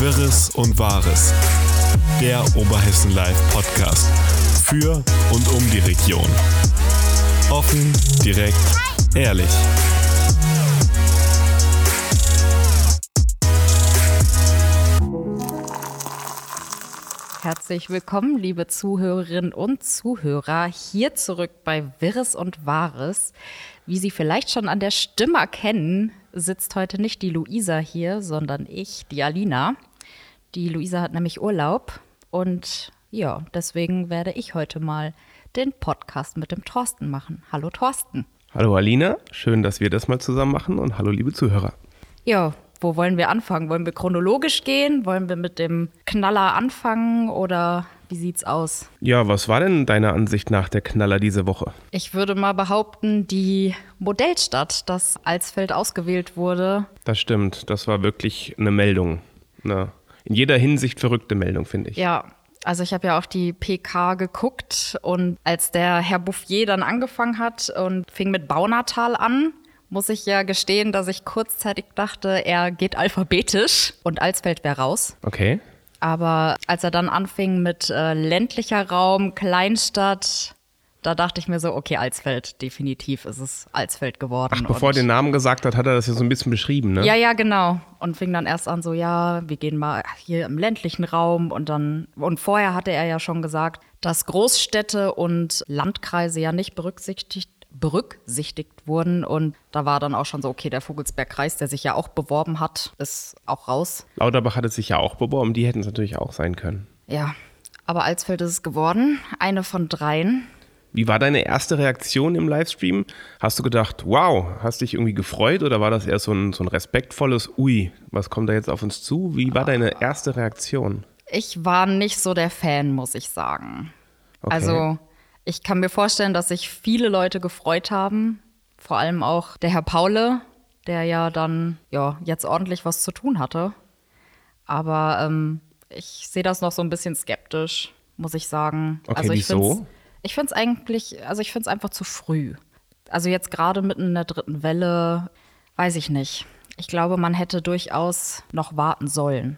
Wirres und Wahres. Der Oberhessen Live Podcast. Für und um die Region. Offen, direkt, ehrlich. Herzlich willkommen, liebe Zuhörerinnen und Zuhörer, hier zurück bei Wirres und Wahres. Wie Sie vielleicht schon an der Stimme erkennen, sitzt heute nicht die Luisa hier, sondern ich, die Alina. Die Luisa hat nämlich Urlaub und ja, deswegen werde ich heute mal den Podcast mit dem Thorsten machen. Hallo Thorsten. Hallo Alina, schön, dass wir das mal zusammen machen und hallo liebe Zuhörer. Ja, wo wollen wir anfangen? Wollen wir chronologisch gehen? Wollen wir mit dem Knaller anfangen oder wie sieht's aus? Ja, was war denn deiner Ansicht nach der Knaller diese Woche? Ich würde mal behaupten, die Modellstadt, dass Alsfeld ausgewählt wurde. Das stimmt, das war wirklich eine Meldung. Eine in jeder Hinsicht verrückte Meldung, finde ich. Ja, also ich habe ja auch die PK geguckt und als der Herr Bouffier dann angefangen hat und fing mit Baunatal an, muss ich ja gestehen, dass ich kurzzeitig dachte, er geht alphabetisch und Alsfeld wäre raus. Okay. Aber als er dann anfing mit ländlicher Raum, Kleinstadt, da dachte ich mir so, okay, Alsfeld, definitiv ist es Alsfeld geworden. Ach, bevor er den Namen gesagt hat, hat er das ja so ein bisschen beschrieben, ne? Ja, genau. Und fing dann erst an so, ja, wir gehen mal hier im ländlichen Raum und vorher hatte er ja schon gesagt, dass Großstädte und Landkreise ja nicht berücksichtigt wurden und da war dann auch schon so, okay, der Vogelsbergkreis, der sich ja auch beworben hat, ist auch raus. Lauterbach hatte sich ja auch beworben, die hätten es natürlich auch sein können. Ja, aber Alsfeld ist es geworden, eine von 3. Wie war deine erste Reaktion im Livestream? Hast du gedacht, wow, hast dich irgendwie gefreut oder war das eher so ein respektvolles, ui, was kommt da jetzt auf uns zu? Wie war deine erste Reaktion? Ich war nicht so der Fan, muss ich sagen. Okay. Also ich kann mir vorstellen, dass sich viele Leute gefreut haben, vor allem auch der Herr Paule, der ja dann jetzt ordentlich was zu tun hatte. Aber ich sehe das noch so ein bisschen skeptisch, muss ich sagen. Okay, also wieso? Ich finde es einfach zu früh. Also jetzt gerade mitten in der 3. Welle, weiß ich nicht. Ich glaube, man hätte durchaus noch warten sollen.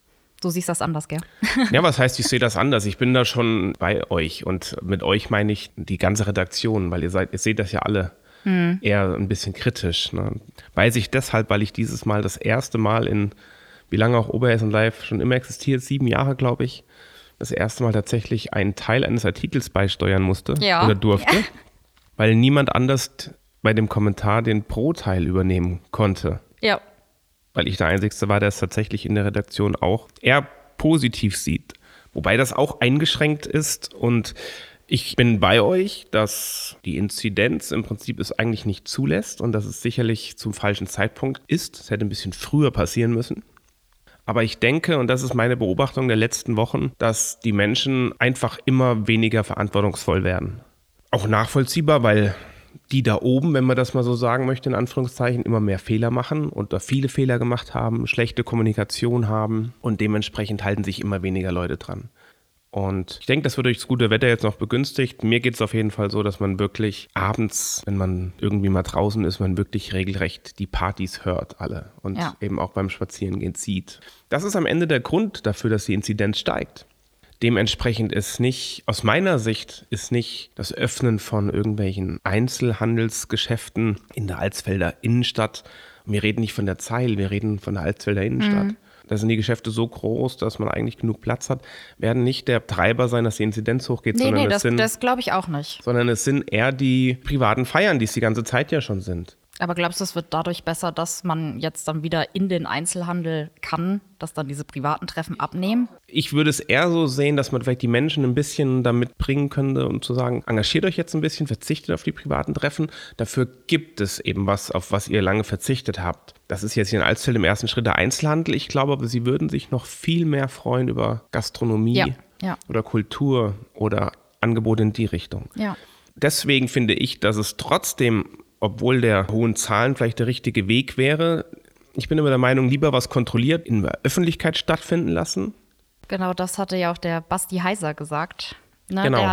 Du siehst das anders, gell? Ja, was heißt, ich sehe das anders? Ich bin da schon bei euch und mit euch meine ich die ganze Redaktion, weil ihr seht das ja alle eher ein bisschen kritisch. Ne? Weiß ich deshalb, weil ich dieses Mal das erste Mal in, wie lange auch Oberhessen Live schon immer existiert, 7 Jahre, glaube ich, das erste Mal tatsächlich einen Teil eines Artikels beisteuern musste oder durfte, weil niemand anders bei dem Kommentar den Pro-Teil übernehmen konnte. Ja. Weil ich der Einzige war, der es tatsächlich in der Redaktion auch eher positiv sieht. Wobei das auch eingeschränkt ist und ich bin bei euch, dass die Inzidenz im Prinzip es eigentlich nicht zulässt und dass es sicherlich zum falschen Zeitpunkt ist. Es hätte ein bisschen früher passieren müssen. Aber ich denke, und das ist meine Beobachtung der letzten Wochen, dass die Menschen einfach immer weniger verantwortungsvoll werden. Auch nachvollziehbar, weil die da oben, wenn man das mal so sagen möchte, in Anführungszeichen, immer mehr Fehler machen und da viele Fehler gemacht haben, schlechte Kommunikation haben und dementsprechend halten sich immer weniger Leute dran. Und ich denke, das wird durch das gute Wetter jetzt noch begünstigt. Mir geht es auf jeden Fall so, dass man wirklich abends, wenn man irgendwie mal draußen ist, man wirklich regelrecht die Partys hört alle und eben auch beim Spazierengehen sieht. Das ist am Ende der Grund dafür, dass die Inzidenz steigt. Dementsprechend ist nicht, aus meiner Sicht, ist nicht das Öffnen von irgendwelchen Einzelhandelsgeschäften in der Alsfelder Innenstadt. Wir reden nicht von der Zeil, wir reden von der Alsfelder Innenstadt. Da sind die Geschäfte so groß, dass man eigentlich genug Platz hat, werden nicht der Treiber sein, dass die Inzidenz hochgeht, sondern das glaube ich auch nicht. Sondern es sind eher die privaten Feiern, die es die ganze Zeit ja schon sind. Aber glaubst du, es wird dadurch besser, dass man jetzt dann wieder in den Einzelhandel kann, dass dann diese privaten Treffen abnehmen? Ich würde es eher so sehen, dass man vielleicht die Menschen ein bisschen damit bringen könnte, um zu sagen, engagiert euch jetzt ein bisschen, verzichtet auf die privaten Treffen. Dafür gibt es eben was, auf was ihr lange verzichtet habt. Das ist jetzt hier in Alsfeld im ersten Schritt der Einzelhandel. Ich glaube aber, sie würden sich noch viel mehr freuen über Gastronomie oder Kultur oder Angebote in die Richtung. Ja. Deswegen finde ich, dass es trotzdem, obwohl der hohen Zahlen vielleicht der richtige Weg wäre, ich bin immer der Meinung, lieber was kontrolliert in der Öffentlichkeit stattfinden lassen. Genau, das hatte ja auch der Basti Heiser gesagt. Ne? Genau.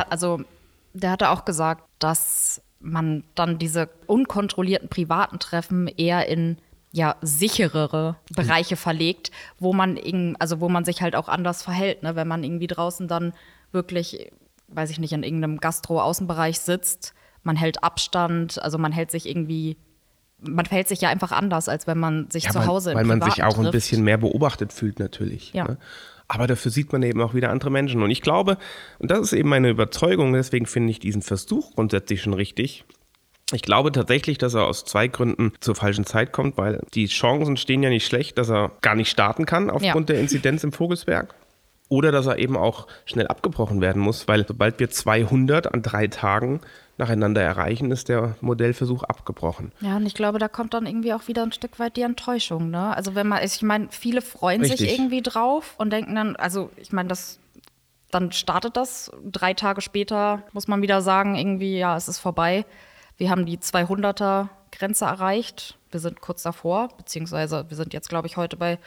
Der hatte auch gesagt, dass man dann diese unkontrollierten privaten Treffen eher in sicherere Bereiche verlegt, wo man sich halt auch anders verhält, ne? Wenn man irgendwie draußen dann wirklich, weiß ich nicht, in irgendeinem Gastro-Außenbereich sitzt, man hält Abstand, also man verhält sich ja einfach anders, als wenn man sich zu Hause im Privaten weil man sich auch trifft. ein bisschen mehr beobachtet fühlt natürlich. Ja. Ne? Aber dafür sieht man eben auch wieder andere Menschen. Und ich glaube, und das ist eben meine Überzeugung, deswegen finde ich diesen Versuch grundsätzlich schon richtig. Ich glaube tatsächlich, dass er aus 2 Gründen zur falschen Zeit kommt, weil die Chancen stehen ja nicht schlecht, dass er gar nicht starten kann aufgrund der Inzidenz im Vogelsberg. Oder dass er eben auch schnell abgebrochen werden muss, weil sobald wir 200 an 3 Tagen nacheinander erreichen, ist der Modellversuch abgebrochen. Ja, und ich glaube, da kommt dann irgendwie auch wieder ein Stück weit die Enttäuschung, ne? Also ich meine, viele freuen sich irgendwie drauf und denken dann, also ich meine, dann startet das. 3 Tage später muss man wieder sagen, irgendwie, ja, es ist vorbei. Wir haben die 200er-Grenze erreicht. Wir sind kurz davor, beziehungsweise wir sind jetzt, glaube ich, heute bei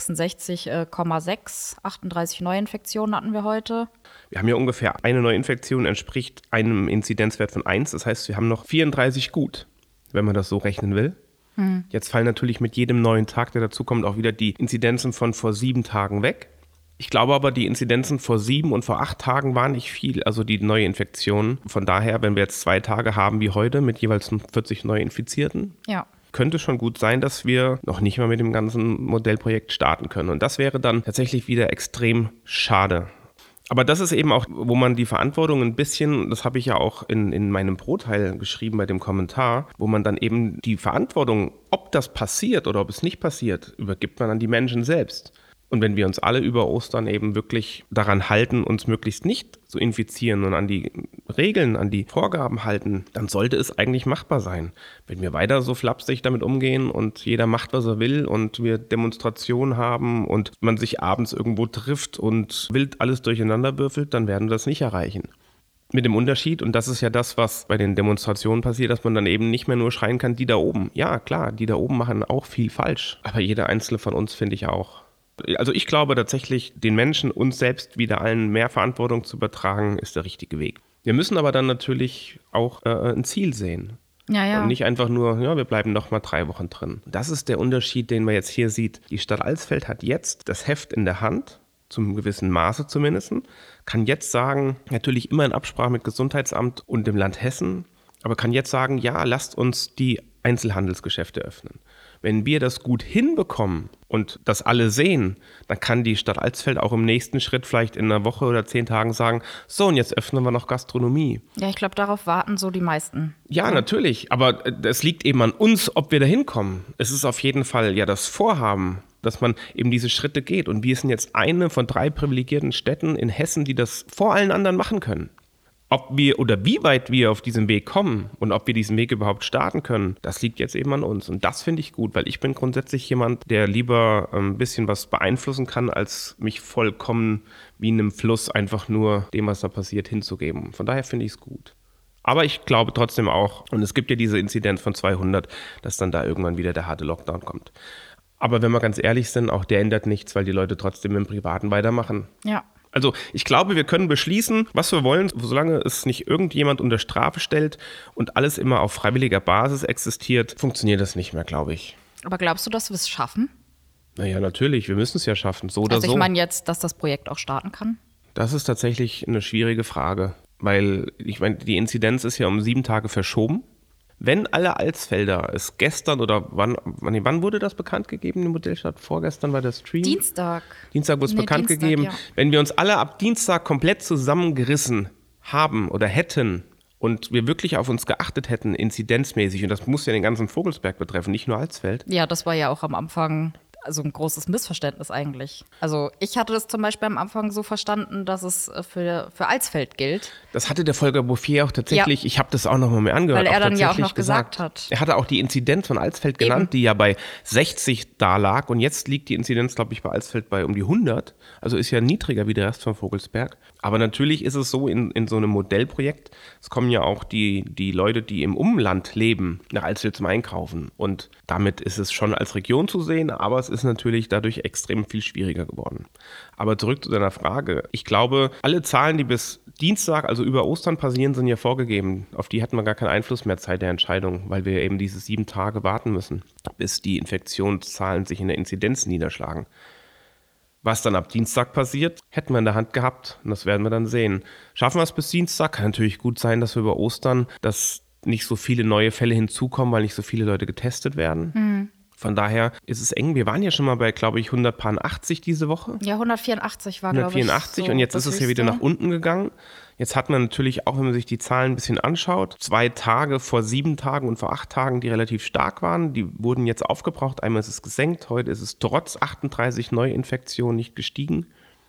166,6. 38 Neuinfektionen hatten wir heute. Wir haben ja ungefähr eine Neuinfektion entspricht einem Inzidenzwert von 1. Das heißt, wir haben noch 34 gut, wenn man das so rechnen will. Jetzt fallen natürlich mit jedem neuen Tag, der dazukommt, auch wieder die Inzidenzen von vor 7 Tagen weg. Ich glaube aber, die Inzidenzen vor 7 und vor 8 Tagen waren nicht viel, also die Neuinfektionen. Von daher, wenn wir jetzt 2 Tage haben wie heute mit jeweils 40 Neuinfizierten, könnte schon gut sein, dass wir noch nicht mal mit dem ganzen Modellprojekt starten können. Und das wäre dann tatsächlich wieder extrem schade. Aber das ist eben auch, wo man die Verantwortung ein bisschen, das habe ich ja auch in meinem Pro-Teil geschrieben bei dem Kommentar, wo man dann eben die Verantwortung, ob das passiert oder ob es nicht passiert, übergibt man an die Menschen selbst. Und wenn wir uns alle über Ostern eben wirklich daran halten, uns möglichst nicht zu infizieren und an die Regeln, an die Vorgaben halten, dann sollte es eigentlich machbar sein. Wenn wir weiter so flapsig damit umgehen und jeder macht, was er will und wir Demonstrationen haben und man sich abends irgendwo trifft und wild alles durcheinander würfelt, dann werden wir das nicht erreichen. Mit dem Unterschied, und das ist ja das, was bei den Demonstrationen passiert, dass man dann eben nicht mehr nur schreien kann, die da oben. Ja, klar, die da oben machen auch viel falsch. Aber jeder einzelne von uns, finde ich auch. Also ich glaube tatsächlich, den Menschen, uns selbst wieder allen mehr Verantwortung zu übertragen, ist der richtige Weg. Wir müssen aber dann natürlich auch ein Ziel sehen. Ja. Und nicht einfach nur, wir bleiben noch mal 3 Wochen drin. Das ist der Unterschied, den man jetzt hier sieht. Die Stadt Alsfeld hat jetzt das Heft in der Hand, zum gewissen Maße zumindest, kann jetzt sagen, natürlich immer in Absprache mit Gesundheitsamt und dem Land Hessen, aber kann jetzt sagen, ja, lasst uns die Einzelhandelsgeschäfte öffnen. Wenn wir das gut hinbekommen und das alle sehen, dann kann die Stadt Alsfeld auch im nächsten Schritt vielleicht in einer Woche oder 10 Tagen sagen, so, und jetzt öffnen wir noch Gastronomie. Ja, ich glaube, darauf warten so die meisten. Ja, natürlich, aber es liegt eben an uns, ob wir da hinkommen. Es ist auf jeden Fall ja das Vorhaben, dass man eben diese Schritte geht. Und wir sind jetzt eine von 3 privilegierten Städten in Hessen, die das vor allen anderen machen können. Ob wir oder wie weit wir auf diesem Weg kommen und ob wir diesen Weg überhaupt starten können, das liegt jetzt eben an uns. Und das finde ich gut, weil ich bin grundsätzlich jemand, der lieber ein bisschen was beeinflussen kann, als mich vollkommen wie in einem Fluss einfach nur dem, was da passiert, hinzugeben. Von daher finde ich es gut. Aber ich glaube trotzdem auch, und es gibt ja diese Inzidenz von 200, dass dann da irgendwann wieder der harte Lockdown kommt. Aber wenn wir ganz ehrlich sind, auch der ändert nichts, weil die Leute trotzdem im Privaten weitermachen. Ja. Also ich glaube, wir können beschließen, was wir wollen, solange es nicht irgendjemand unter Strafe stellt und alles immer auf freiwilliger Basis existiert, funktioniert das nicht mehr, glaube ich. Aber glaubst du, dass wir es schaffen? Naja, natürlich, wir müssen es ja schaffen, so oder so. Also ich meine jetzt, dass das Projekt auch starten kann? Das ist tatsächlich eine schwierige Frage, weil ich meine, die Inzidenz ist ja um 7 Tage verschoben. Wenn alle Alsfelder es gestern oder wann wurde das bekannt gegeben, die Modellstadt? Vorgestern war der Stream? Dienstag. Dienstag wurde es bekannt gegeben. Ja. Wenn wir uns alle ab Dienstag komplett zusammengerissen haben oder hätten und wir wirklich auf uns geachtet hätten, inzidenzmäßig, und das muss ja den ganzen Vogelsberg betreffen, nicht nur Alsfeld. Ja, das war ja auch am Anfang also ein großes Missverständnis eigentlich. Also ich hatte das zum Beispiel am Anfang so verstanden, dass es für Alsfeld gilt. Das hatte der Volker Bouffier auch tatsächlich, ich habe das auch noch mal mehr angehört. Weil er dann ja auch noch gesagt hat. Er hatte auch die Inzidenz von Alsfeld genannt, die ja bei 60 da lag, und jetzt liegt die Inzidenz, glaube ich, bei Alsfeld bei um die 100. Also ist ja niedriger wie der Rest von Vogelsberg. Aber natürlich ist es so in so einem Modellprojekt, es kommen ja auch die Leute, die im Umland leben, nach Alsfeld zum Einkaufen. Und damit ist es schon als Region zu sehen, aber es ist ist natürlich dadurch extrem viel schwieriger geworden. Aber zurück zu deiner Frage. Ich glaube, alle Zahlen, die bis Dienstag, also über Ostern passieren, sind ja vorgegeben. Auf die hatten wir gar keinen Einfluss mehr Zeit der Entscheidung, weil wir eben diese 7 Tage warten müssen, bis die Infektionszahlen sich in der Inzidenz niederschlagen. Was dann ab Dienstag passiert, hätten wir in der Hand gehabt und das werden wir dann sehen. Schaffen wir es bis Dienstag? Kann natürlich gut sein, dass wir über Ostern, dass nicht so viele neue Fälle hinzukommen, weil nicht so viele Leute getestet werden. Von daher ist es eng. Wir waren ja schon mal bei, glaube ich, 180 diese Woche. Ja, 184 war, glaube ich. 184 so und jetzt ist das es ja wieder Höchste. nach unten gegangen. Jetzt hat man natürlich auch, wenn man sich die Zahlen ein bisschen anschaut, 2 Tage vor 7 Tagen und vor 8 Tagen, die relativ stark waren. Die wurden jetzt aufgebraucht. Einmal ist es gesenkt. Heute ist es trotz 38 Neuinfektionen nicht gestiegen.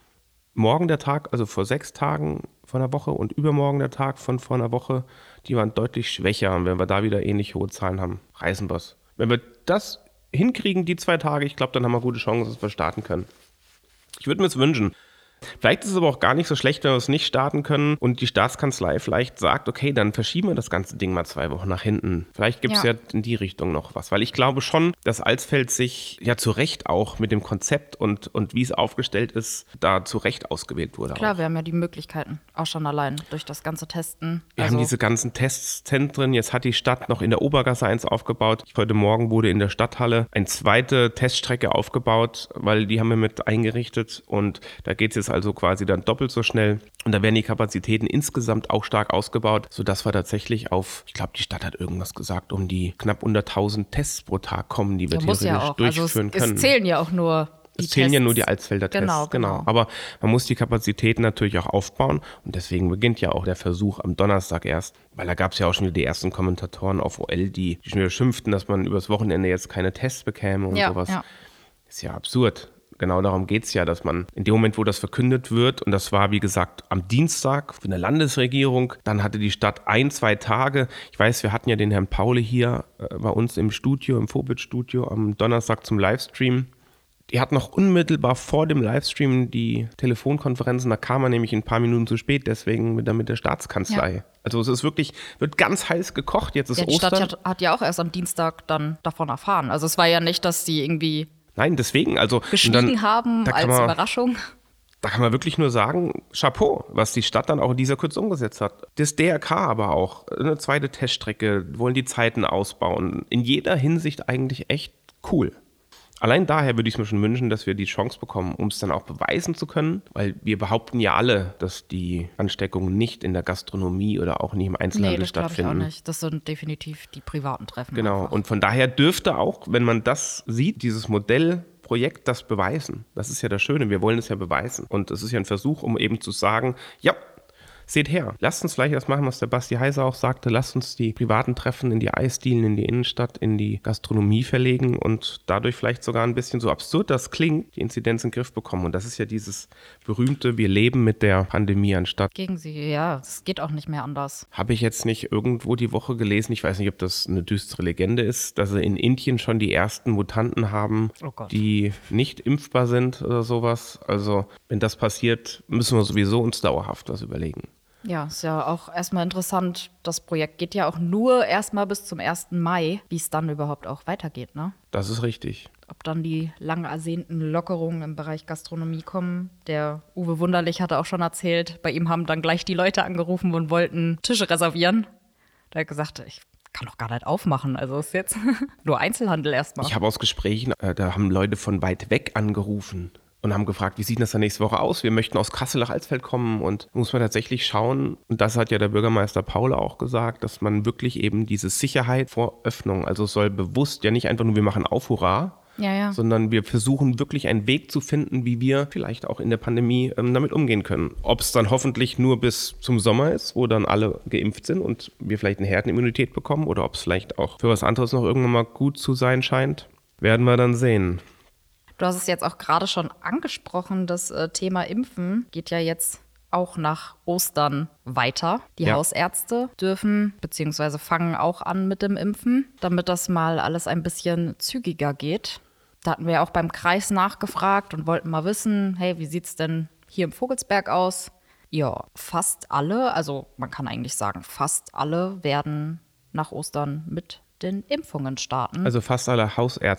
Morgen der Tag, also vor 6 Tagen vor einer Woche und übermorgen der Tag von vor einer Woche, die waren deutlich schwächer. Und wenn wir da wieder ähnlich hohe Zahlen haben, reißen wir es. Wenn wir das hinkriegen, die 2 Tage, ich glaube, dann haben wir gute Chancen, dass wir starten können. Ich würde mir es wünschen. Vielleicht ist es aber auch gar nicht so schlecht, wenn wir es nicht starten können und die Staatskanzlei vielleicht sagt, okay, dann verschieben wir das ganze Ding mal 2 Wochen nach hinten. Vielleicht gibt es ja in die Richtung noch was, weil ich glaube schon, dass Alsfeld sich ja zu Recht auch mit dem Konzept und wie es aufgestellt ist, da zu Recht ausgewählt wurde. Klar, auch. wir haben ja die Möglichkeiten, auch schon allein durch das ganze Testen. Wir haben diese ganzen Testzentren. Jetzt hat die Stadt noch in der Obergasse eins aufgebaut. Heute Morgen wurde in der Stadthalle eine zweite Teststrecke aufgebaut, weil die haben wir mit eingerichtet und da geht es jetzt also quasi dann doppelt so schnell. Und da werden die Kapazitäten insgesamt auch stark ausgebaut, sodass wir tatsächlich auf, ich glaube, die Stadt hat irgendwas gesagt, um die knapp unter 1000 Tests pro Tag kommen, die wir theoretisch durchführen können. Es zählen ja auch nur die Es zählen Tests. ja nur die Alsfelder Tests, genau. Aber man muss die Kapazitäten natürlich auch aufbauen und deswegen beginnt ja auch der Versuch am Donnerstag erst, weil da gab es ja auch schon wieder die ersten Kommentatoren auf OL, die schon wieder schimpften, dass man übers Wochenende jetzt keine Tests bekäme und sowas. Ja. Ist ja absurd. Genau darum geht es ja, dass man in dem Moment, wo das verkündet wird, und das war, wie gesagt, am Dienstag für eine Landesregierung, dann hatte die Stadt 1-2 Tage. Ich weiß, wir hatten ja den Herrn Pauli hier bei uns im Studio, im Vorbild-Studio am Donnerstag zum Livestream. Die hat noch unmittelbar vor dem Livestream die Telefonkonferenzen, da kam er nämlich ein paar Minuten zu spät, deswegen mit der Staatskanzlei. Ja. Also es ist wirklich, wird ganz heiß gekocht, jetzt ist Ostern. Die Stadt hat ja auch erst am Dienstag dann davon erfahren. Also es war ja nicht, dass die irgendwie Nein, deswegen, also geschwiegen haben als Überraschung. Da kann man wirklich nur sagen, Chapeau, was die Stadt dann auch in dieser Kürze umgesetzt hat. Das DRK aber auch, eine zweite Teststrecke, wollen die Zeiten ausbauen. In jeder Hinsicht eigentlich echt cool. Allein daher würde ich es mir schon wünschen, dass wir die Chance bekommen, um es dann auch beweisen zu können, weil wir behaupten ja alle, dass die Ansteckungen nicht in der Gastronomie oder auch nicht im Einzelhandel stattfinden. Nee, das glaube ich auch nicht. Das sind definitiv die privaten Treffen. Genau, einfach. und von daher dürfte auch, wenn man das sieht, dieses Modellprojekt das beweisen. Das ist ja das Schöne, wir wollen es ja beweisen. Und es ist ja ein Versuch, um eben zu sagen, ja, seht her, lasst uns gleich das machen, was der Basti Heiser auch sagte, lasst uns die privaten Treffen in die Eisdielen, in die Innenstadt, in die Gastronomie verlegen und dadurch vielleicht sogar ein bisschen, so absurd das klingt, die Inzidenz in den Griff bekommen. Und das ist ja dieses berühmte, wir leben mit der Pandemie anstatt. Gegen sie, ja, es geht auch nicht mehr anders. Habe ich jetzt nicht irgendwo die Woche gelesen, ich weiß nicht, ob das eine düstere Legende ist, dass sie in Indien schon die ersten Mutanten haben, die nicht impfbar sind oder sowas. Also wenn das passiert, müssen wir sowieso uns dauerhaft was überlegen. Ja, ist ja auch erstmal interessant. Das Projekt geht ja auch nur erstmal bis zum 1. Mai, wie es dann überhaupt auch weitergeht, ne? Das ist richtig. Ob dann die lang ersehnten Lockerungen im Bereich Gastronomie kommen. Der Uwe Wunderlich hatte auch schon erzählt, bei ihm haben dann gleich die Leute angerufen und wollten Tische reservieren. Da hat er gesagt, ich kann doch gar nicht aufmachen, also ist jetzt nur Einzelhandel erstmal. Ich habe aus Gesprächen, da haben Leute von weit weg angerufen und haben gefragt, wie sieht das dann nächste Woche aus? Wir möchten aus Kassel nach Alsfeld kommen und muss man tatsächlich schauen, und das hat ja der Bürgermeister Paul auch gesagt, dass man wirklich eben diese Sicherheit vor Öffnung, also es soll bewusst ja nicht einfach nur, wir machen auf, hurra, sondern wir versuchen wirklich einen Weg zu finden, wie wir vielleicht auch in der Pandemie damit umgehen können. Ob es dann hoffentlich nur bis zum Sommer ist, wo dann alle geimpft sind und wir vielleicht eine Herdenimmunität bekommen, oder ob es vielleicht auch für was anderes noch irgendwann mal gut zu sein scheint, werden wir dann sehen. Du hast es jetzt auch gerade schon angesprochen, das Thema Impfen geht ja jetzt auch nach Ostern weiter. Die Hausärzte dürfen bzw. fangen auch an mit dem Impfen, damit das mal alles ein bisschen zügiger geht. Da hatten wir ja auch beim Kreis nachgefragt und wollten mal wissen, hey, wie sieht es denn hier im Vogelsberg aus? Ja, fast alle, also man kann eigentlich sagen, fast alle werden nach Ostern mit den Impfungen starten. Also fast alle Hausärzte?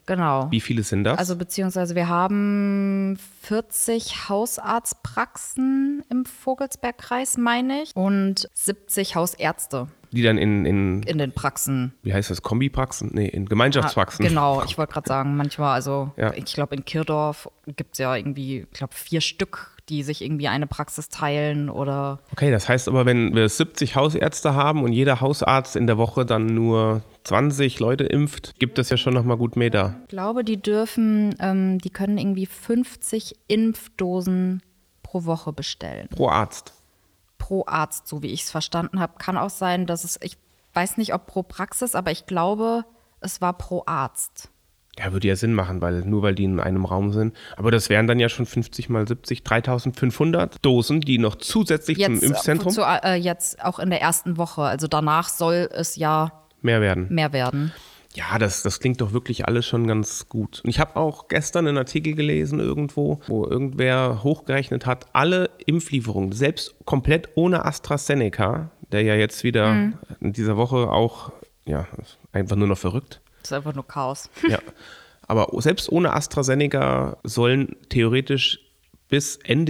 Genau. Wie viele sind das? Also beziehungsweise wir haben 40 Hausarztpraxen im Vogelsbergkreis, meine ich, und 70 Hausärzte die dann in den Praxen. Wie heißt das, Kombipraxen? Nee, in Gemeinschaftspraxen. Genau, ich wollte gerade sagen, manchmal, also Ja. ich glaube in Kirdorf gibt es ja irgendwie, ich glaube 4 Stück, die sich irgendwie eine Praxis teilen oder. Okay, das heißt aber, wenn wir 70 Hausärzte haben und jeder Hausarzt in der Woche dann nur 20 Leute impft, gibt es ja schon nochmal gut mehr da. Ich glaube, die können irgendwie 50 Impfdosen pro Woche bestellen. Pro Arzt. Pro Arzt, so wie ich es verstanden habe. Kann auch sein, dass ich weiß nicht, ob pro Praxis, aber ich glaube, es war pro Arzt. Ja, würde ja Sinn machen, weil die in einem Raum sind. Aber das wären dann ja schon 50 mal 70, 3500 Dosen, die noch zusätzlich zum Impfzentrum Jetzt auch in der ersten Woche. Also danach soll es ja mehr werden. Ja, das klingt doch wirklich alles schon ganz gut. Und ich habe auch gestern einen Artikel gelesen irgendwo, wo irgendwer hochgerechnet hat, alle Impflieferungen, selbst komplett ohne AstraZeneca, der ja jetzt wieder in dieser Woche auch, ja, einfach nur noch verrückt. Das ist einfach nur Chaos. Ja, aber selbst ohne AstraZeneca sollen theoretisch bis Ende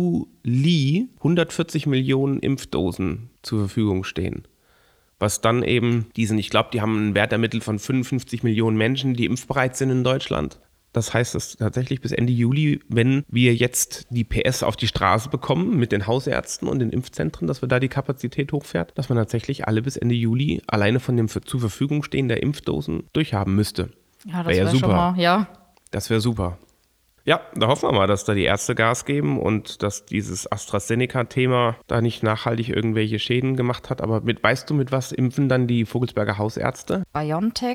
Juli 140 Millionen Impfdosen zur Verfügung stehen. Was dann eben ich glaube, die haben einen Wert ermittelt von 55 Millionen Menschen, die impfbereit sind in Deutschland. Das heißt, dass tatsächlich bis Ende Juli, wenn wir jetzt die PS auf die Straße bekommen mit den Hausärzten und den Impfzentren, dass wir da die Kapazität hochfährt, dass man tatsächlich alle bis Ende Juli alleine von dem zur Verfügung stehenden Impfdosen durchhaben müsste. Ja, das Wär ja wäre super. schon mal, ja. Das wäre super. Ja, da hoffen wir mal, dass da die Ärzte Gas geben und dass dieses AstraZeneca-Thema da nicht nachhaltig irgendwelche Schäden gemacht hat. Aber weißt du, mit was impfen dann die Vogelsberger Hausärzte? BioNTech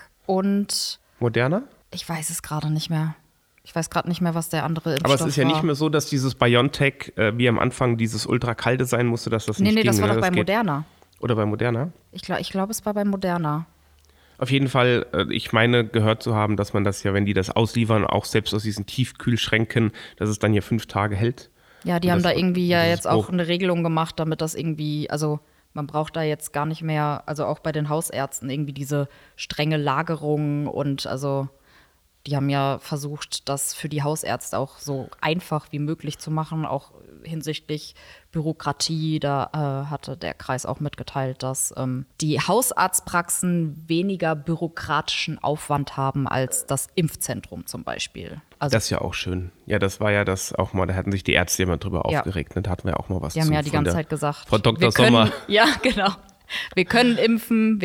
und Moderna? ich weiß es gerade nicht mehr. Ich weiß gerade nicht mehr, was der andere Impfstoff war. Aber es ist ja nicht mehr so, dass dieses BioNTech wie am Anfang dieses ultrakalte sein musste, dass das nicht ging. Nee, das war ne? doch bei geht. Moderna. Oder bei Moderna? Ich glaube, es war bei Moderna. Auf jeden Fall, ich meine, gehört zu haben, dass man das ja, wenn die das ausliefern, auch selbst aus diesen Tiefkühlschränken, dass es dann ja 5 Tage hält. Ja, die Und haben das- da irgendwie ja das jetzt ist auch hoch. eine Regelung gemacht, damit das irgendwie, also man braucht da jetzt gar nicht mehr, also auch bei den Hausärzten irgendwie diese strenge Lagerung und also die haben ja versucht, das für die Hausärzte auch so einfach wie möglich zu machen, auch hinsichtlich Bürokratie. Da hatte der Kreis auch mitgeteilt, dass die Hausarztpraxen weniger bürokratischen Aufwand haben als das Impfzentrum zum Beispiel. Also Das ist ja auch schön. Ja, das war ja das auch mal, da hatten sich die Ärzte immer drüber Ja. aufgeregt. Ne? Da hatten wir auch mal was die haben zu ja die von ganze der Zeit gesagt, Frau Dr. wir können, Sommer. ja, genau. Wir können impfen,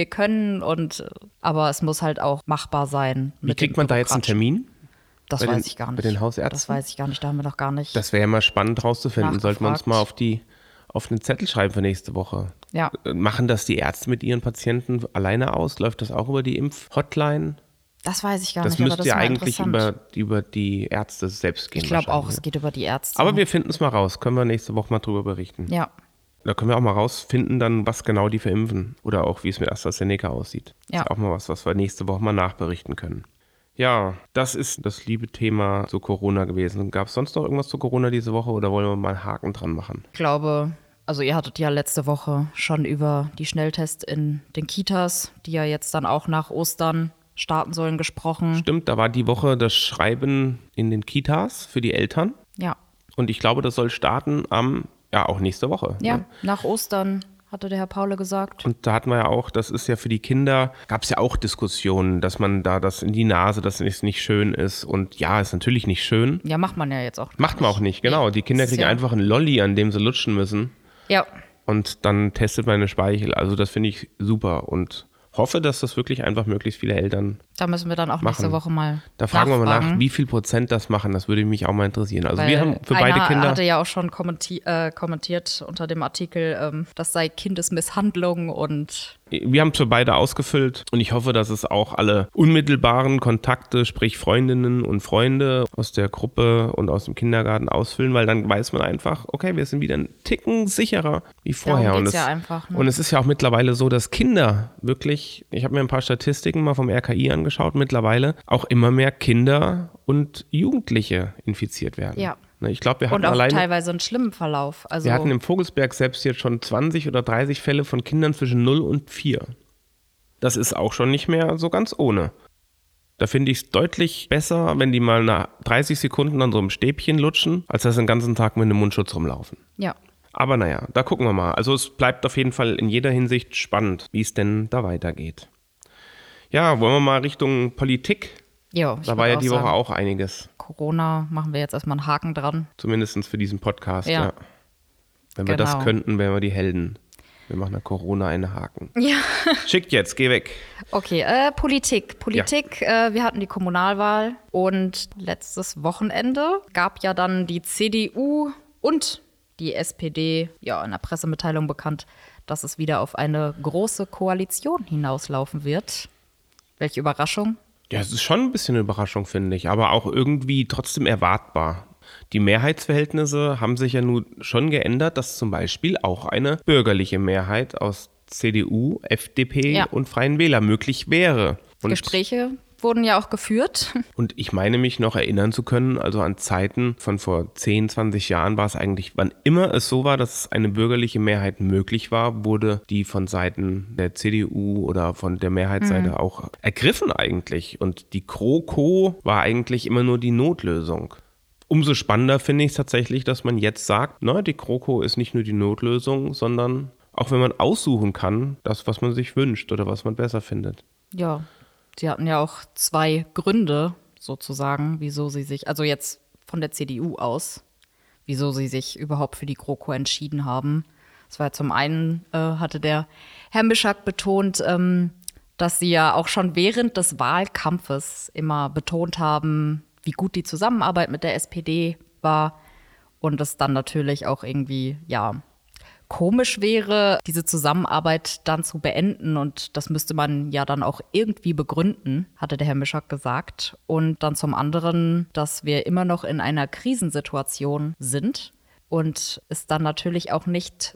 aber es muss halt auch machbar sein. Wie kriegt man da jetzt einen Termin? Das bei weiß den- ich gar nicht. bei den Hausärzten? Das weiß ich gar nicht, da haben wir doch gar nicht. Das wäre ja mal spannend rauszufinden. Sollten wir uns Nachgefragt. mal auf einen Zettel schreiben für nächste Woche. Ja. Machen das die Ärzte mit ihren Patienten alleine aus? Läuft das auch über die Impfhotline? Das weiß ich gar Das nicht, aber müsste das ja ist mal eigentlich interessant. über die Ärzte selbst gehen. Ich glaube auch, wahrscheinlich, es geht über die Ärzte. Aber wir finden es mal raus. Können wir nächste Woche mal drüber berichten. ja, Da können wir auch mal rausfinden, dann, was genau die verimpfen. Oder auch, wie es mit AstraZeneca aussieht. Ja. Ist auch mal was wir nächste Woche mal nachberichten können. Ja, das ist das liebe Thema zu Corona gewesen. Gab es sonst noch irgendwas zu Corona diese Woche oder wollen wir mal einen Haken dran machen? ich glaube, also ihr hattet ja letzte Woche schon über die Schnelltests in den Kitas, die ja jetzt dann auch nach Ostern starten sollen, gesprochen. Stimmt, da war die Woche das Schreiben in den Kitas für die Eltern. Ja, Und ich glaube, das soll starten auch nächste Woche. ja, Ne? nach Ostern, hatte der Herr Paule gesagt. Und da hatten wir ja auch, das ist ja für die Kinder, gab es ja auch Diskussionen, dass man da das in die Nase, dass es nicht schön ist. Und ja, ist natürlich nicht schön. Ja, macht man ja jetzt auch. Macht man auch nicht, genau. Nee, Die Kinder das ist kriegen ja- einfach einen Lolli, an dem sie lutschen müssen. Ja, Und dann testet man eine Speichel. Also das finde ich super und hoffe, dass das wirklich einfach möglichst viele Eltern. da müssen wir dann auch nächste Machen. Woche mal Da fragen wir mal nach, nachfragen. wie viel Prozent das machen. Das würde mich auch mal interessieren. Also Weil wir haben für einer beide Kinder. hatte ja auch schon kommentiert unter dem Artikel, das sei Kindesmisshandlung und Wir haben es für beide ausgefüllt und ich hoffe, dass es auch alle unmittelbaren Kontakte, sprich Freundinnen und Freunde aus der Gruppe und aus dem Kindergarten ausfüllen, weil dann weiß man einfach, okay, wir sind wieder einen Ticken sicherer wie vorher. Darum Und geht's es, ja einfach, ne? und es ist ja auch mittlerweile so, dass Kinder wirklich, ich habe mir ein paar Statistiken mal vom RKI angeschaut, mittlerweile auch immer mehr Kinder und Jugendliche infiziert werden. Ja. Ne, ich glaube, wir hatten und auch alleine. teilweise einen schlimmen Verlauf. Also Wir hatten im Vogelsberg selbst jetzt schon 20 oder 30 Fälle von Kindern zwischen 0 und 4. Das ist auch schon nicht mehr so ganz ohne. Da finde ich es deutlich besser, wenn die mal nach 30 Sekunden an so einem Stäbchen lutschen, als dass sie den ganzen Tag mit einem Mundschutz rumlaufen. Ja. Aber naja, da gucken wir mal. Also es bleibt auf jeden Fall in jeder Hinsicht spannend, wie es denn da weitergeht. Ja, wollen wir mal Richtung Politik? Ja, Da war ja die Woche auch einiges. Corona, machen wir jetzt erstmal einen Haken dran. Zumindest für diesen Podcast, Ja. ja. Wenn wir das Genau. könnten, wären wir die Helden. Wir machen nach Corona einen Haken. Ja. Schickt jetzt, geh weg. Okay, Politik. Politik, wir hatten die Kommunalwahl und letztes Wochenende gab ja dann die CDU und die SPD ja in der Pressemitteilung bekannt, dass es wieder auf eine große Koalition hinauslaufen wird. Welche Überraschung. Ja, es ist schon ein bisschen eine Überraschung, finde ich, aber auch irgendwie trotzdem erwartbar. Die Mehrheitsverhältnisse haben sich ja nun schon geändert, dass zum Beispiel auch eine bürgerliche Mehrheit aus CDU, FDP und Freien Wähler möglich wäre. Und Gespräche wurden ja auch geführt. Und ich meine mich noch erinnern zu können, also an Zeiten von vor 10, 20 Jahren war es eigentlich, wann immer es so war, dass eine bürgerliche Mehrheit möglich war, wurde die von Seiten der CDU oder von der Mehrheitsseite auch ergriffen eigentlich. Und die GroKo war eigentlich immer nur die Notlösung. Umso spannender finde ich es tatsächlich, dass man jetzt sagt, na, die GroKo ist nicht nur die Notlösung, sondern auch wenn man aussuchen kann, das, was man sich wünscht oder was man besser findet. Ja, sie hatten ja auch 2 Gründe sozusagen, wieso sie sich, also jetzt von der CDU aus, wieso sie sich überhaupt für die GroKo entschieden haben. Das war ja zum einen, hatte der Herr Mischak betont, dass sie ja auch schon während des Wahlkampfes immer betont haben, wie gut die Zusammenarbeit mit der SPD war und es dann natürlich auch irgendwie, ja, komisch wäre, diese Zusammenarbeit dann zu beenden und das müsste man ja dann auch irgendwie begründen, hatte der Herr Mischak gesagt. Und dann zum anderen, dass wir immer noch in einer Krisensituation sind und es dann natürlich auch nicht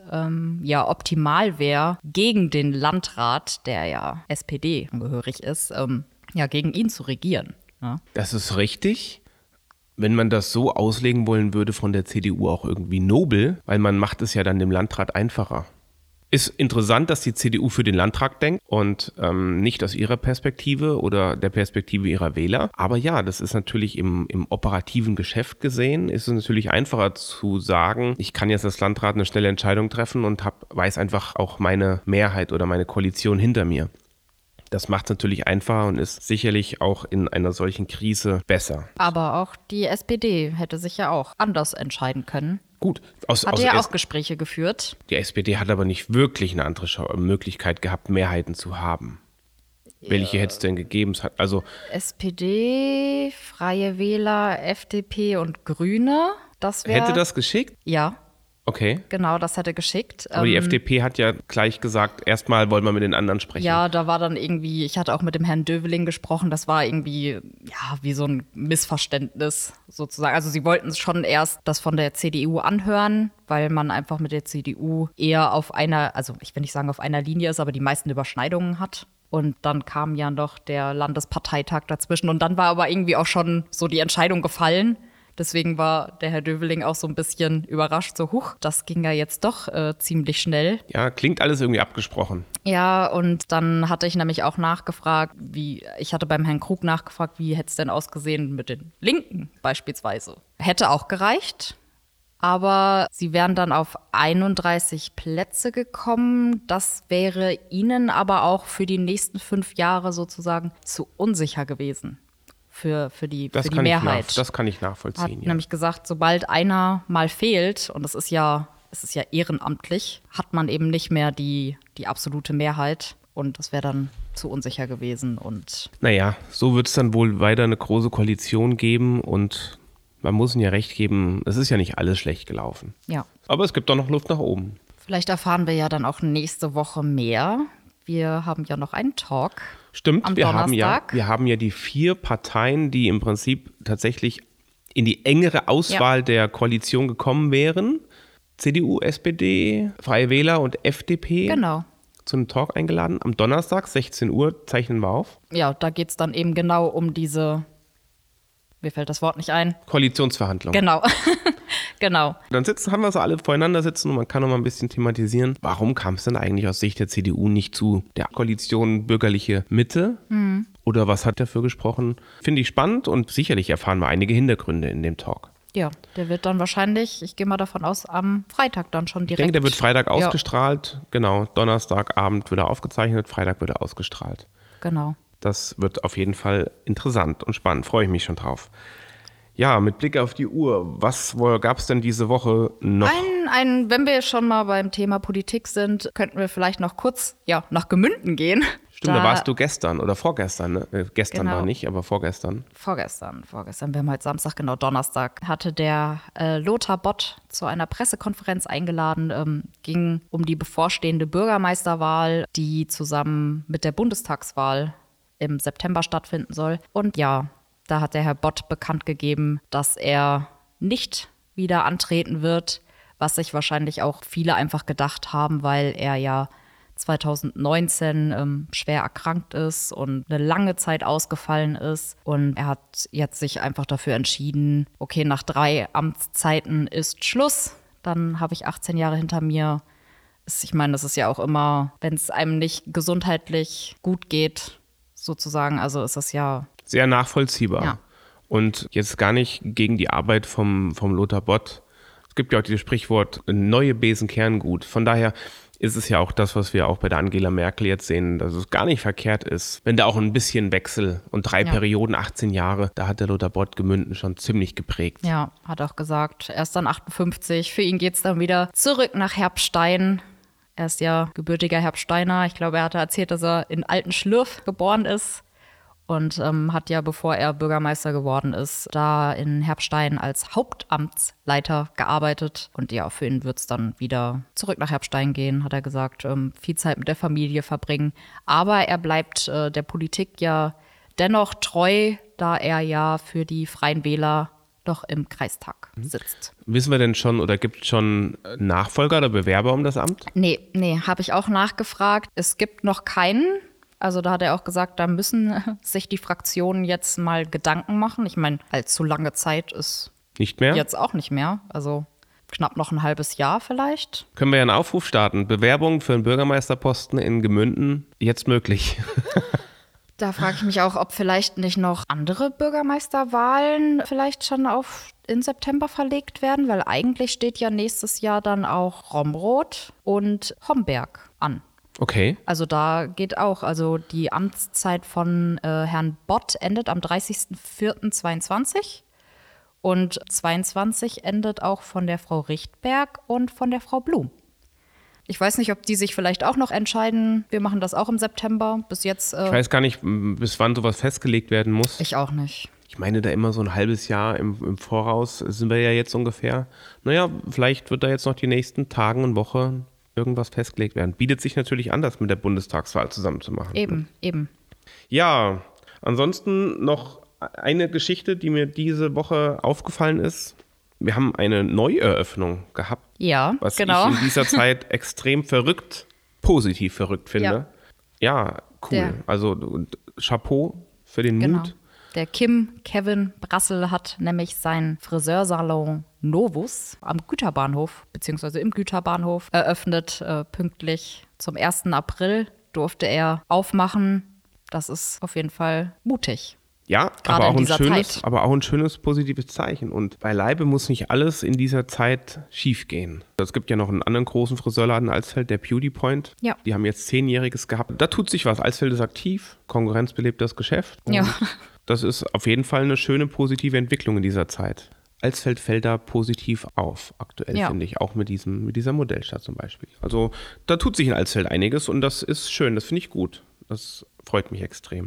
optimal wäre, gegen den Landrat, der ja SPD angehörig ist, gegen ihn zu regieren. Ja. Das ist richtig. Wenn man das so auslegen wollen würde, von der CDU auch irgendwie nobel, weil man macht es ja dann dem Landrat einfacher. Ist interessant, dass die CDU für den Landtag denkt und nicht aus ihrer Perspektive oder der Perspektive ihrer Wähler. Aber ja, das ist natürlich im operativen Geschäft gesehen, ist es natürlich einfacher zu sagen, ich kann jetzt als Landrat eine schnelle Entscheidung treffen und weiß einfach auch meine Mehrheit oder meine Koalition hinter mir. Das macht es natürlich einfacher und ist sicherlich auch in einer solchen Krise besser. Aber auch die SPD hätte sich ja auch anders entscheiden können. Gut, Hat ja auch Gespräche geführt. Die SPD hat aber nicht wirklich eine andere Möglichkeit gehabt, Mehrheiten zu haben. Welche hätte es denn gegeben? Also SPD, Freie Wähler, FDP und Grüne. Hätte das geschickt? Ja. Okay. Genau, das hätte geschickt. Aber die FDP hat ja gleich gesagt, erstmal wollen wir mit den anderen sprechen. Ja, da war dann irgendwie, ich hatte auch mit dem Herrn Döveling gesprochen, das war irgendwie, ja, wie so ein Missverständnis sozusagen. Also sie wollten schon erst das von der CDU anhören, weil man einfach mit der CDU eher auf einer, also ich will nicht sagen auf einer Linie ist, aber die meisten Überschneidungen hat. Und dann kam ja noch der Landesparteitag dazwischen und dann war aber irgendwie auch schon so die Entscheidung gefallen. Deswegen war der Herr Döveling auch so ein bisschen überrascht, so huch, das ging ja jetzt doch ziemlich schnell. Ja, klingt alles irgendwie abgesprochen. Ja, und dann hatte ich nämlich auch nachgefragt, ich hatte beim Herrn Krug nachgefragt, wie hätte es denn ausgesehen mit den Linken beispielsweise. Hätte auch gereicht, aber sie wären dann auf 31 Plätze gekommen. Das wäre ihnen aber auch für die nächsten 5 Jahre sozusagen zu unsicher gewesen. Für die Mehrheit. Das kann ich nachvollziehen. Hat nämlich gesagt, sobald einer mal fehlt, und es ist ja ehrenamtlich, hat man eben nicht mehr die absolute Mehrheit. Und das wäre dann zu unsicher gewesen. Und naja, so wird es dann wohl weiter eine große Koalition geben. Und man muss ihnen ja recht geben, es ist ja nicht alles schlecht gelaufen. Ja. Aber es gibt doch noch Luft nach oben. Vielleicht erfahren wir ja dann auch nächste Woche mehr. Wir haben ja noch einen Talk. Stimmt, am wir Donnerstag. haben ja die 4 Parteien, die im Prinzip tatsächlich in die engere Auswahl der Koalition gekommen wären. CDU, SPD, Freie Wähler und FDP. Genau. Zu einem Talk eingeladen. Am Donnerstag, 16 Uhr, zeichnen wir auf. Ja, da geht es dann eben genau um diese, mir fällt das Wort nicht ein. Koalitionsverhandlungen. Genau. Genau. Dann haben wir so alle voreinander sitzen und man kann noch mal ein bisschen thematisieren, warum kam es denn eigentlich aus Sicht der CDU nicht zu der Koalition bürgerliche Mitte? oder was hat er für gesprochen? Finde ich spannend und sicherlich erfahren wir einige Hintergründe in dem Talk. Ja, der wird dann wahrscheinlich, ich gehe mal davon aus, am Freitag dann schon direkt. Ich denke, der wird Freitag ausgestrahlt. Genau, Donnerstagabend wird er aufgezeichnet, Freitag wird er ausgestrahlt. Genau. Das wird auf jeden Fall interessant und spannend. Freue ich mich schon drauf. Ja, mit Blick auf die Uhr, was gab es denn diese Woche noch? Wenn wir schon mal beim Thema Politik sind, könnten wir vielleicht noch kurz nach Gemünden gehen. Stimmt, da warst du gestern oder vorgestern, ne? Gestern Genau. war nicht, aber vorgestern. Vorgestern. Wir haben heute Samstag, genau Donnerstag, hatte der Lothar Bott zu einer Pressekonferenz eingeladen. Ging um die bevorstehende Bürgermeisterwahl, die zusammen mit der Bundestagswahl im September stattfinden soll. Und ja, da hat der Herr Bott bekannt gegeben, dass er nicht wieder antreten wird, was sich wahrscheinlich auch viele einfach gedacht haben, weil er ja 2019 schwer erkrankt ist und eine lange Zeit ausgefallen ist. Und er hat jetzt sich einfach dafür entschieden, okay, nach 3 Amtszeiten ist Schluss. Dann habe ich 18 Jahre hinter mir. Ich meine, das ist ja auch immer, wenn es einem nicht gesundheitlich gut geht, sozusagen, also ist das ja sehr nachvollziehbar. Ja. Und jetzt gar nicht gegen die Arbeit vom Lothar Bott. Es gibt ja auch dieses Sprichwort, neue Besen kehren gut. Von daher ist es ja auch das, was wir auch bei der Angela Merkel jetzt sehen, dass es gar nicht verkehrt ist, wenn da auch ein bisschen Wechsel und 3 Perioden, 18 Jahre, da hat der Lothar Bott Gemünden schon ziemlich geprägt. Ja, hat auch gesagt, er ist dann 58, für ihn geht es dann wieder zurück nach Herbstein. Er ist ja gebürtiger Herbsteiner. Ich glaube, er hatte erzählt, dass er in Altenschlürf geboren ist. Und hat ja, bevor er Bürgermeister geworden ist, da in Herbstein als Hauptamtsleiter gearbeitet. Und ja, für ihn wird es dann wieder zurück nach Herbstein gehen, hat er gesagt, viel Zeit mit der Familie verbringen. Aber er bleibt der Politik ja dennoch treu, da er ja für die Freien Wähler doch im Kreistag sitzt. Wissen wir denn schon oder gibt es schon Nachfolger oder Bewerber um das Amt? Nee, habe ich auch nachgefragt. Es gibt noch keinen. Also da hat er auch gesagt, da müssen sich die Fraktionen jetzt mal Gedanken machen. Ich meine, allzu lange Zeit ist nicht mehr? Jetzt auch nicht mehr. Also knapp noch ein halbes Jahr vielleicht. Können wir ja einen Aufruf starten. Bewerbung für einen Bürgermeisterposten in Gemünden jetzt möglich. Da frage ich mich auch, ob vielleicht nicht noch andere Bürgermeisterwahlen vielleicht schon in September verlegt werden, weil eigentlich steht ja nächstes Jahr dann auch Romroth und Homberg an. Okay. Also da geht auch, also die Amtszeit von Herrn Bott endet am 30.04.22 und 22 endet auch von der Frau Richtberg und von der Frau Blum. Ich weiß nicht, ob die sich vielleicht auch noch entscheiden, wir machen das auch im September, bis jetzt. Ich weiß gar nicht, bis wann sowas festgelegt werden muss. Ich auch nicht. Ich meine, da immer so ein halbes Jahr im Voraus sind wir ja jetzt ungefähr. Naja, vielleicht wird da jetzt noch die nächsten Tage und Wochen irgendwas festgelegt werden. Bietet sich natürlich an, das mit der Bundestagswahl zusammen zu machen. Eben. Ja, ansonsten noch eine Geschichte, die mir diese Woche aufgefallen ist. Wir haben eine Neueröffnung gehabt. Ja, was genau. ich in dieser Zeit extrem positiv verrückt finde. Ja, cool. Also Chapeau für den Mut. Der Kevin Brassel hat nämlich seinen Friseursalon Novus am Güterbahnhof, beziehungsweise im Güterbahnhof, eröffnet. Pünktlich zum 1. April durfte er aufmachen. Das ist auf jeden Fall mutig. Ja, aber auch ein schönes positives Zeichen. Und beileibe muss nicht alles in dieser Zeit schief gehen. Es gibt ja noch einen anderen großen Friseurladen in Alsfeld, der Beauty Point. Ja. Die haben jetzt 10-Jähriges gehabt. Da tut sich was. Alsfeld ist aktiv, Konkurrenz belebt das Geschäft. Ja. Das ist auf jeden Fall eine schöne positive Entwicklung in dieser Zeit. Alsfeld fällt da positiv auf, aktuell, finde ich, auch mit dieser Modellstadt zum Beispiel. Also da tut sich in Alsfeld einiges und das ist schön, das finde ich gut. Das freut mich extrem.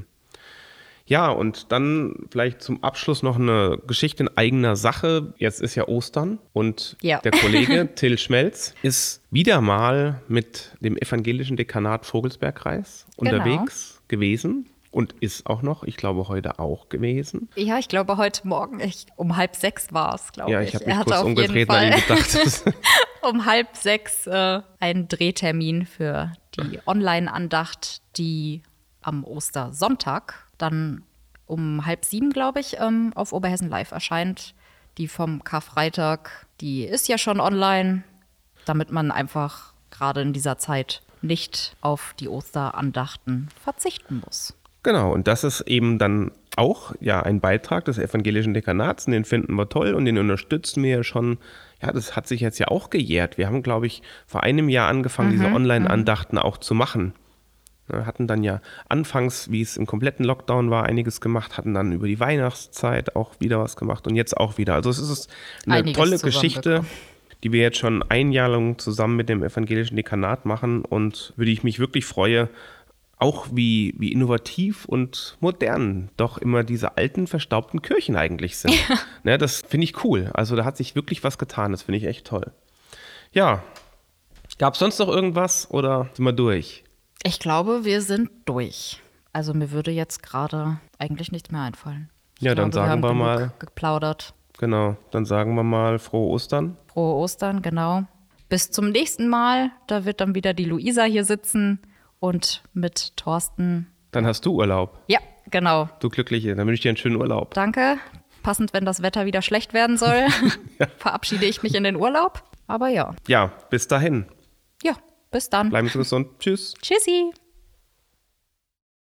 Ja, und dann vielleicht zum Abschluss noch eine Geschichte in eigener Sache. Jetzt ist ja Ostern und der Kollege Till Schmelz ist wieder mal mit dem evangelischen Dekanat Vogelsbergkreis unterwegs gewesen. Und ist auch noch, ich glaube, heute auch gewesen. Ja, ich glaube, heute Morgen, um 5:30 war es, glaube ich. Ja, ich habe mich kurz umgedreht und an ihn gedacht. Um 5:30 einen Drehtermin für die Online-Andacht, die am Ostersonntag dann um 6:30, glaube ich, auf Oberhessen Live erscheint. Die vom Karfreitag, die ist ja schon online, damit man einfach gerade in dieser Zeit nicht auf die Osterandachten verzichten muss. Genau, und das ist eben dann auch ein Beitrag des evangelischen Dekanats, und den finden wir toll und den unterstützen wir ja schon. Ja, das hat sich jetzt ja auch gejährt. Wir haben, glaube ich, vor einem Jahr angefangen, diese Online-Andachten auch zu machen. Wir hatten dann ja anfangs, wie es im kompletten Lockdown war, einiges gemacht, hatten dann über die Weihnachtszeit auch wieder was gemacht und jetzt auch wieder. Also es ist eine Einiges tolle Geschichte, die wir jetzt schon ein Jahr lang zusammen mit dem evangelischen Dekanat machen, und würde ich mich wirklich freue, auch wie innovativ und modern doch immer diese alten, verstaubten Kirchen eigentlich sind. Ja. Ne, das finde ich cool. Also da hat sich wirklich was getan. Das finde ich echt toll. Ja, gab es sonst noch irgendwas oder sind wir durch? Ich glaube, wir sind durch. Also mir würde jetzt gerade eigentlich nichts mehr einfallen. Dann sagen wir mal geplaudert. Genau, dann sagen wir mal frohe Ostern. Frohe Ostern, genau. Bis zum nächsten Mal. Da wird dann wieder die Luisa hier sitzen und mit Thorsten. Dann hast du Urlaub. Ja, genau. Du Glückliche, dann wünsche ich dir einen schönen Urlaub. Danke. Passend, wenn das Wetter wieder schlecht werden soll, verabschiede ich mich in den Urlaub. Aber ja. Ja, bis dahin. Ja, bis dann. Bleiben Sie gesund. Tschüss. Tschüssi.